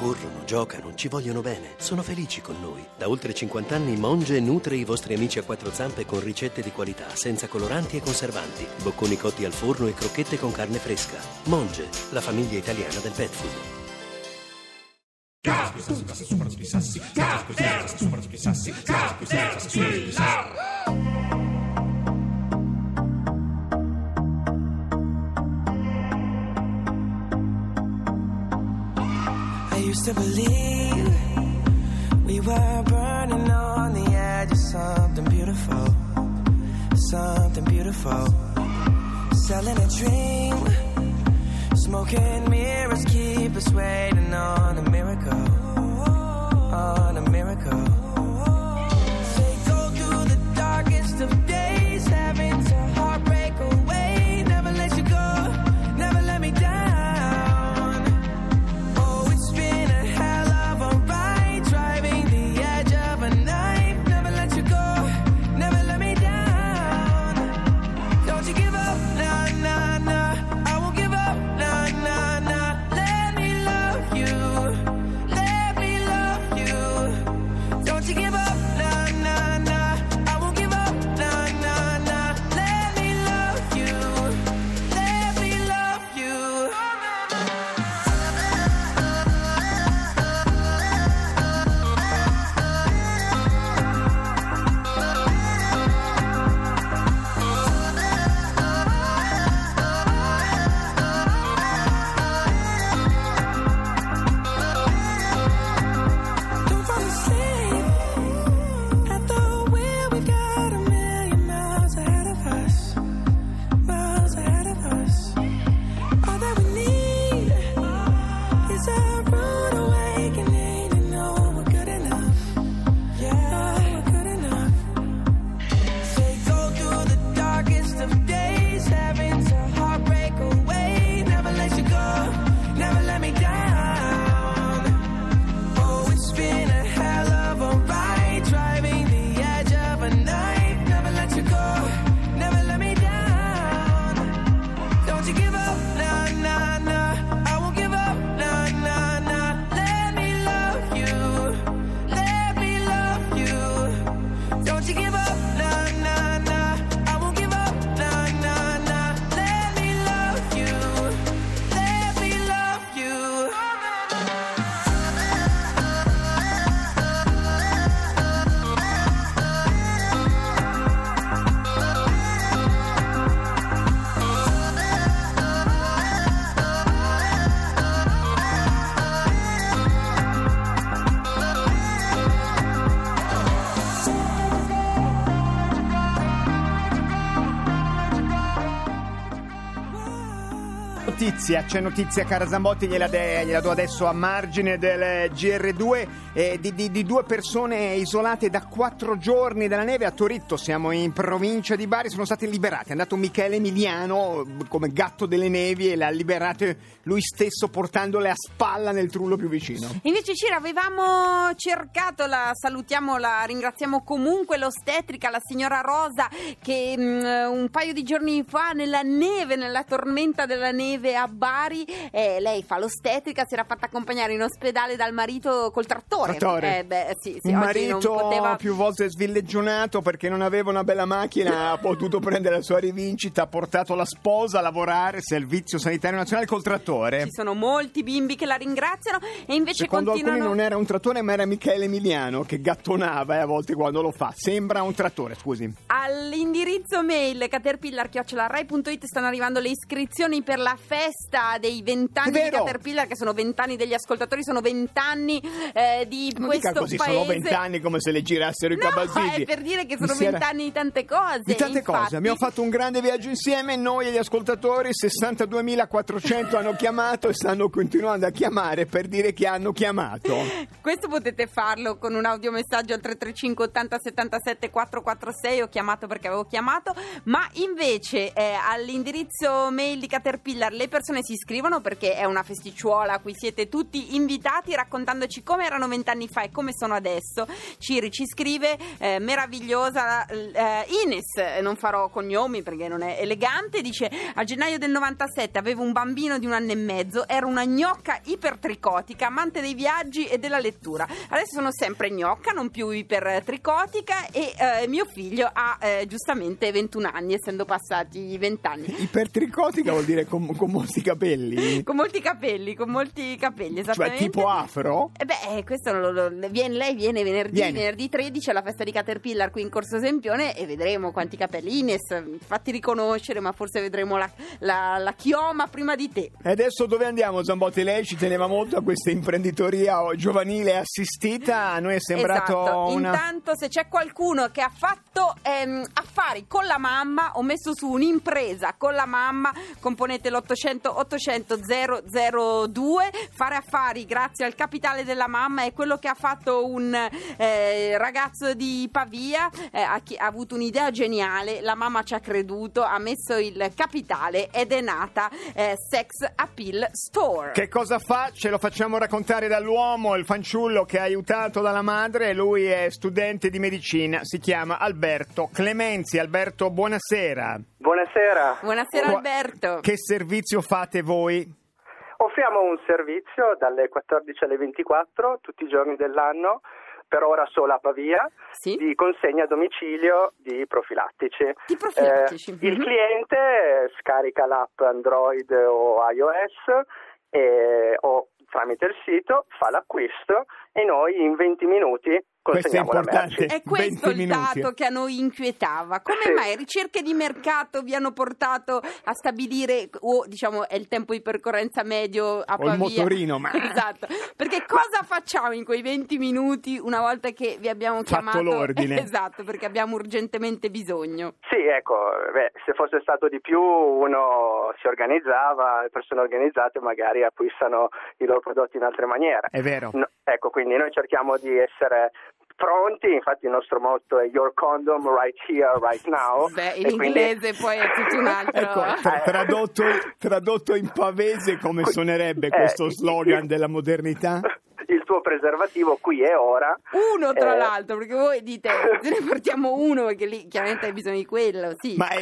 corrono, giocano, ci vogliono bene, sono felici con noi. Da oltre 50 anni Monge nutre i vostri amici a quattro zampe con ricette di qualità, senza coloranti e conservanti, bocconi cotti al forno e crocchette con carne fresca. Monge, la famiglia italiana del pet food. I used to believe we were burning on the edge of something beautiful, something beautiful. Selling a dream, smoking mirrors keep us waiting on a miracle, on a miracle. They go through the darkest of days, having to heartbreak away. Never let you go, never let me down. C'è notizia, cara Zambotti, gliela do adesso a margine del GR2, di due persone isolate da 4 giorni dalla neve a Toritto, siamo in provincia di Bari, sono state liberate. È andato Michele Emiliano come gatto delle nevi e le ha liberate lui stesso portandole a spalla nel trullo più vicino. Invece Cira, avevamo cercato, la salutiamo, la ringraziamo comunque, l'ostetrica, la signora Rosa, che un paio di giorni fa nella neve, nella tormenta della neve a Bari, lei fa l'ostetrica, si era fatta accompagnare in ospedale dal marito col trattore. Sì, un marito non poteva... più volte svillegionato perché non aveva una bella macchina, ha potuto prendere la sua rivincita, ha portato la sposa a lavorare, Servizio Sanitario Nazionale, col trattore. Ci sono molti bimbi che la ringraziano e invece secondo continuano... alcuni non era un trattore ma era Michele Emiliano che gattonava a volte quando lo fa, sembra un trattore, scusi. All'indirizzo mail caterpillar@rai.it stanno arrivando le iscrizioni per la festa dei 20 anni di Caterpillar, che sono 20 anni degli ascoltatori, sono 20 anni di non questo dica così, paese. Sono 20 anni come se le girassero i cabasiti. È per dire che sono 20 anni di tante cose. Di tante infatti... cose. Abbiamo fatto un grande viaggio insieme, noi e gli ascoltatori, 62.400 hanno chiamato e stanno continuando a chiamare per dire che hanno chiamato. Questo potete farlo con un audiomessaggio al 335 80 77 446. Ho chiamato perché avevo chiamato, ma invece all'indirizzo mail di Caterpillar le persone si iscrivono perché è una festicciuola a cui siete tutti invitati, raccontandoci come erano 20 anni fa e come sono adesso. Ci scrive meravigliosa Ines, non farò cognomi perché non è elegante, dice: a gennaio del 97 avevo un bambino di 1 anno e mezzo, ero una gnocca ipertricotica, amante dei viaggi e della lettura. Adesso sono sempre gnocca, non più ipertricotica, e mio figlio ha giustamente 21 anni, essendo passati i 20 anni. Ipertricotica vuol dire con molti capelli? Con molti capelli, esattamente. Cioè tipo afro? Questo lei viene venerdì 13 alla festa di Caterpillar qui in Corso Sempione e vedremo quanti capelli. Ines, fatti riconoscere, ma forse vedremo la chioma prima di te. E adesso dove andiamo, Zambotti? Lei ci teneva molto a questa imprenditoria giovanile assistita, a noi è sembrato esatto. Intanto, se c'è qualcuno che ha fatto affari con la mamma, ho messo su un'impresa con la mamma, componete l'800 800 002. Fare affari grazie al capitale della mamma è quello che ha fatto un ragazzo di Pavia, ha avuto un'idea geniale, la mamma ci ha creduto, ha messo il capitale ed è nata Sex Appeal Store. Che cosa fa? Ce lo facciamo raccontare dall'uomo, il fanciullo che ha aiutato dalla madre. Lui è studente di medicina, si chiama Alberto Clemenzi. Alberto, buonasera. Buonasera. Buonasera Alberto. Che servizio fate voi? Offriamo un servizio dalle 14 alle 24 tutti i giorni dell'anno, per ora solo a Pavia, sì, di consegna a domicilio di profilattici. Il Mhm. cliente scarica l'app Android o iOS o tramite il sito fa l'acquisto e noi in 20 minuti consegniamo la merce. È questo il dato che a noi inquietava. Come mai ricerche di mercato vi hanno portato a stabilire, diciamo è il tempo di percorrenza medio a Pavia? O il motorino, ma... Esatto, perché cosa facciamo in quei 20 minuti una volta che vi abbiamo chiamato? Fatto l'ordine. Esatto, perché abbiamo urgentemente bisogno. Sì, ecco, se fosse stato di più uno si organizzava, le persone organizzate magari acquistano i loro prodotti in altre maniere. È vero. No, ecco, quindi noi cerchiamo di essere pronti, infatti il nostro motto è Your Condom Right Here, Right Now. In inglese poi è tutto un altro. Ecco, tradotto in pavese come suonerebbe questo slogan della modernità? Il tuo preservativo qui e ora. Uno tra l'altro, perché voi dite ne portiamo uno perché lì chiaramente hai bisogno di quello, sì. Ma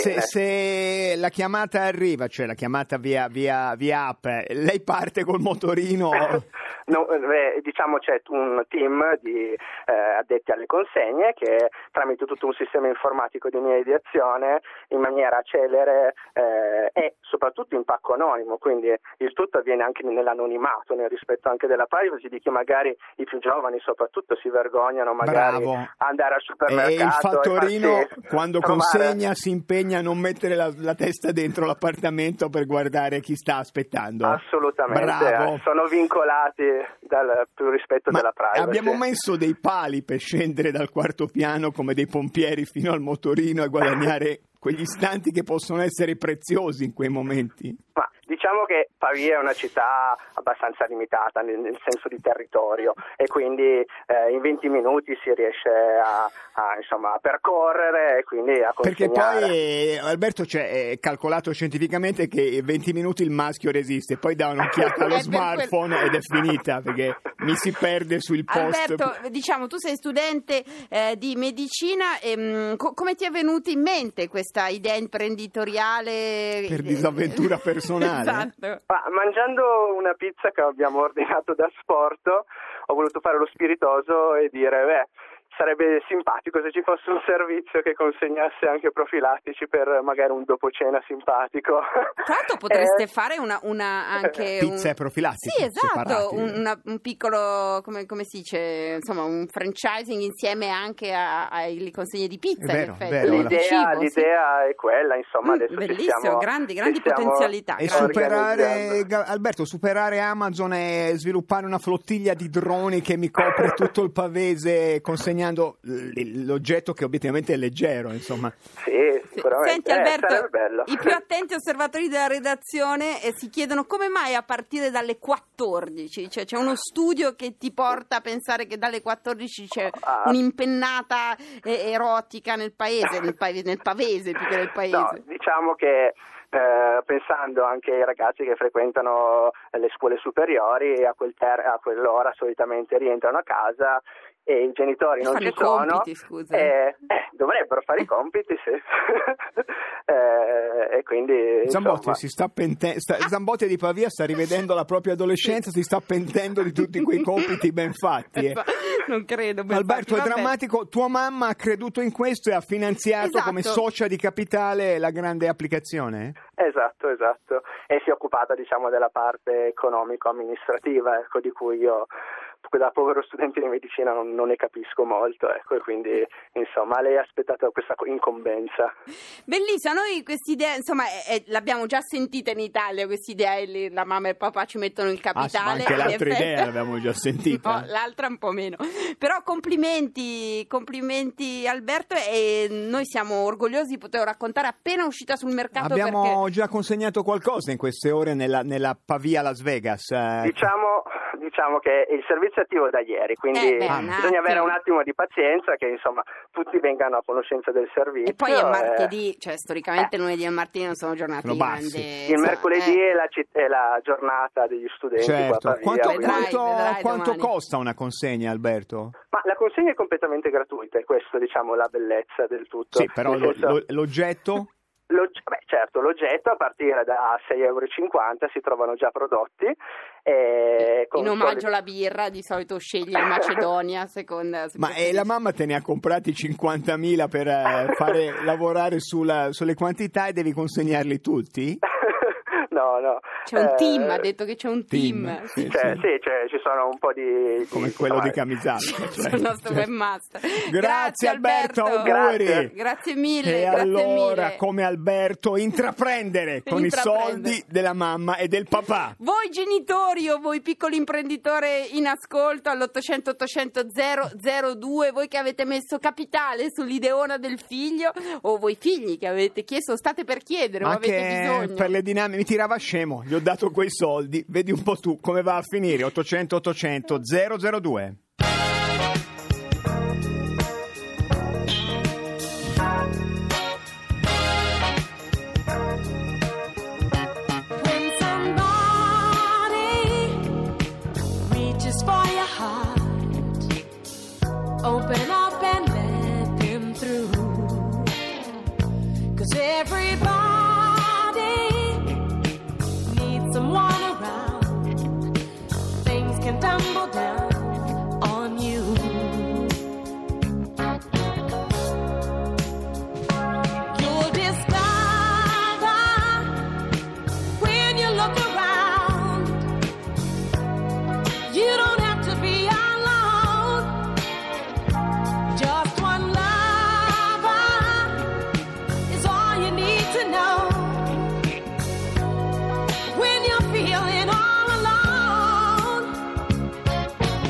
se la chiamata arriva, cioè la chiamata via app, lei parte col motorino? No, diciamo c'è un team di addetti alle consegne che tramite tutto un sistema informatico di mediazione in maniera celere e soprattutto in pacco anonimo, quindi il tutto avviene anche nell'anonimato, nel rispetto anche della privacy di chi magari i più giovani soprattutto si vergognano magari andare al supermercato. E il fattorino quando trovare... consegna si impegna a non mettere la testa dentro l'appartamento per guardare chi sta aspettando. Assolutamente, bravo. Sono vincolati dal più rispetto della privacy. Abbiamo messo dei pali per scendere dal quarto piano come dei pompieri fino al motorino e guadagnare quegli istanti che possono essere preziosi in quei momenti. Ma diciamo che Pavia è una città abbastanza limitata nel senso di territorio e quindi in 20 minuti si riesce a percorrere e quindi a consegnare. Perché poi Alberto è calcolato scientificamente che in 20 minuti il maschio resiste, poi dà un'occhiata allo smartphone ed è finita perché mi si perde sul post. Alberto, diciamo tu sei studente di medicina e come ti è venuta in mente questa idea imprenditoriale? Per disavventura personale. Esatto. Mangiando una pizza che abbiamo ordinato da Sporto, ho voluto fare lo spiritoso e dire, sarebbe simpatico se ci fosse un servizio che consegnasse anche profilattici per magari un dopo cena simpatico. Tra l'altro potreste fare anche pizza e profilattici. Sì, esatto, un piccolo, come si dice, insomma, un franchising insieme anche alle consegne di pizza. Vero, in effetti. vero. L'idea è quella, insomma, adesso bellissimo, grandi potenzialità. E grandi. superare Amazon e sviluppare una flottiglia di droni che mi copre tutto il pavese consegnando l'oggetto che obiettivamente è leggero, insomma. Sì, sicuramente. Senti Alberto, sarebbe bello. I più attenti osservatori della redazione si chiedono come mai a partire dalle 14, cioè c'è uno studio che ti porta a pensare che dalle 14 c'è un'impennata erotica nel paese, nel pavese più che nel paese. No, diciamo che pensando anche ai ragazzi che frequentano le scuole superiori, a quell'ora solitamente rientrano a casa e i genitori non ci sono. Compiti, scusa. Dovrebbero fare i compiti, sì. E quindi Zambotti si sta Zambotti di Pavia sta rivedendo la propria adolescenza, si sta pentendo di tutti quei compiti ben fatti. Non credo. Alberto, è drammatico. Tua mamma ha creduto in questo e ha finanziato come socia di capitale la grande applicazione? Esatto. E si è occupata, diciamo, della parte economico-amministrativa, ecco, di cui io, da povero studente di medicina, non ne capisco molto, ecco, e quindi insomma lei ha aspettato questa incombenza. Bellissima, noi quest'idea, insomma, l'abbiamo già sentita in Italia, quest'idea, la mamma e il papà ci mettono il capitale. Anche l'altra idea l'abbiamo già sentita. No, l'altra un po' meno. Però complimenti Alberto, e noi siamo orgogliosi di poter raccontare appena uscita sul mercato. Abbiamo già consegnato qualcosa in queste ore nella Pavia Las Vegas. Diciamo che il servizio è attivo da ieri, quindi bisogna avere un attimo di pazienza, che insomma tutti vengano a conoscenza del servizio. E poi è martedì, cioè storicamente lunedì e martedì non sono giornate di grande. Il mercoledì è la giornata degli studenti. Certo. Qua a Pavia. Quanto costa una consegna, Alberto? Ma la consegna è completamente gratuita, e questo, diciamo, la bellezza del tutto. Sì, però l'oggetto? Certo, l'oggetto a partire da €6,50 si trovano già prodotti. In omaggio alla birra, di solito scegli il Macedonia, seconda. Ma la mamma te ne ha comprati 50.000 per fare lavorare sulle quantità, e devi consegnarli tutti? No. C'è un team, ha detto che c'è un team. Sì, ci sono un po' di... Come quello di Camisano. Il nostro webmaster. Grazie Alberto, auguri. Grazie mille. E allora, come Alberto, intraprendere con i soldi della mamma e del papà. Voi genitori o voi piccoli imprenditori in ascolto all'800 800 002, voi che avete messo capitale sull'ideona del figlio, o voi figli che avete chiesto, state per chiedere o avete bisogno. Per le dinamiche mi tirava scemo, gli ho dato quei soldi, vedi un po' tu come va a finire. 800 800 002. When somebody reaches for your heart, open up and let them through. 'Cause everybody needs someone around. Things can tumble down on you. You'll discover when you look around, you don't have to be alone. Just one lover is all you need to know. When you're feeling all alone,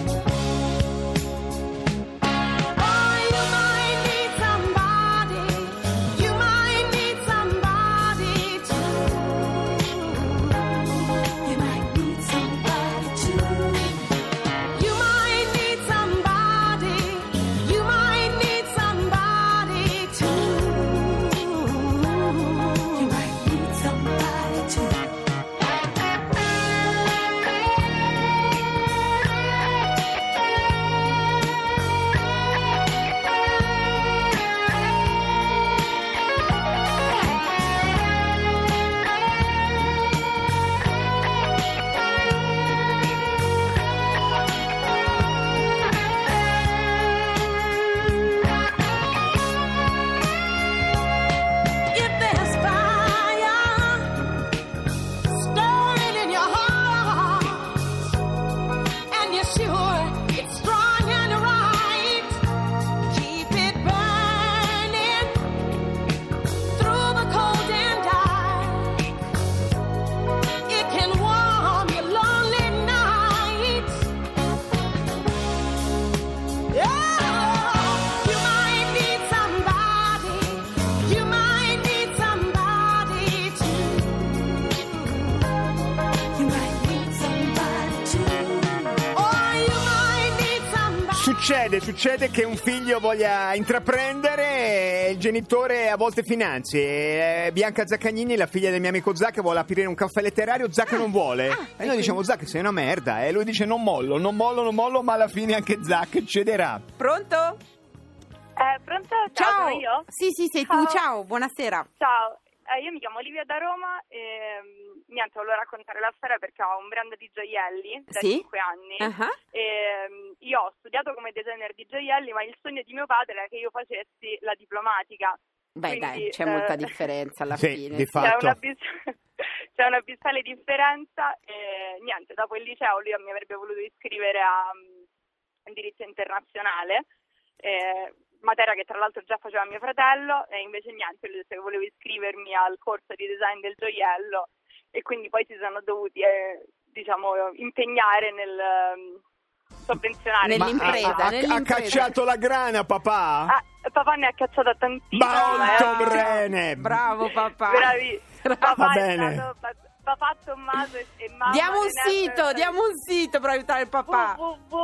Succede che un figlio voglia intraprendere e il genitore a volte finanzi. Bianca Zaccagnini, la figlia del mio amico Zac, vuole aprire un caffè letterario, Zac non vuole. E noi diciamo: Zac, sei una merda. E lui dice: non mollo, ma alla fine anche Zac cederà. Pronto? Pronto? Ciao. Sono io? Sì, sei tu. Ciao, buonasera. Ciao, io mi chiamo Olivia da Roma e niente, volevo raccontare la storia perché ho un brand di gioielli da 5 anni. E io ho studiato come designer di gioielli, ma il sogno di mio padre era che io facessi la diplomatica. Beh, quindi, dai, c'è molta differenza alla fine. Di fatto. C'è una abissale differenza e niente, dopo il liceo lui mi avrebbe voluto iscrivere a indirizzo internazionale, materia che tra l'altro già faceva mio fratello, e invece niente, lui disse che volevo iscrivermi al corso di design del gioiello e quindi poi si sono dovuti impegnare nel sovvenzionare nell'impresa. Ha cacciato la grana, papà? Papà ne ha cacciato tantissimo. Molto bene. Bravo papà. Bravi. Papà Va è bene. stato papà Tommaso e mamma. Diamo un sito per aiutare il papà.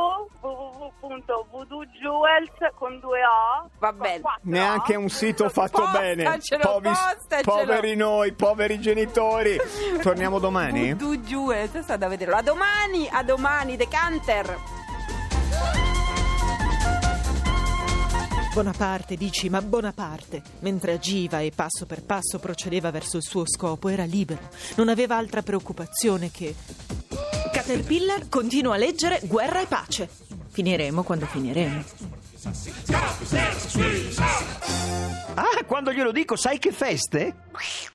www.voodoo.jewels con 2 O. Va bene. Neanche un sito fatto bene. Poveri noi, poveri genitori. Torniamo domani? Voodoo Jewels, sta da vederlo. A domani, Decanter. Bonaparte, dici, ma Bonaparte, mentre agiva e passo per passo procedeva verso il suo scopo, era libero, non aveva altra preoccupazione che... Caterpillar continua a leggere Guerra e Pace. Finiremo quando finiremo. Ah, quando glielo dico, sai che feste?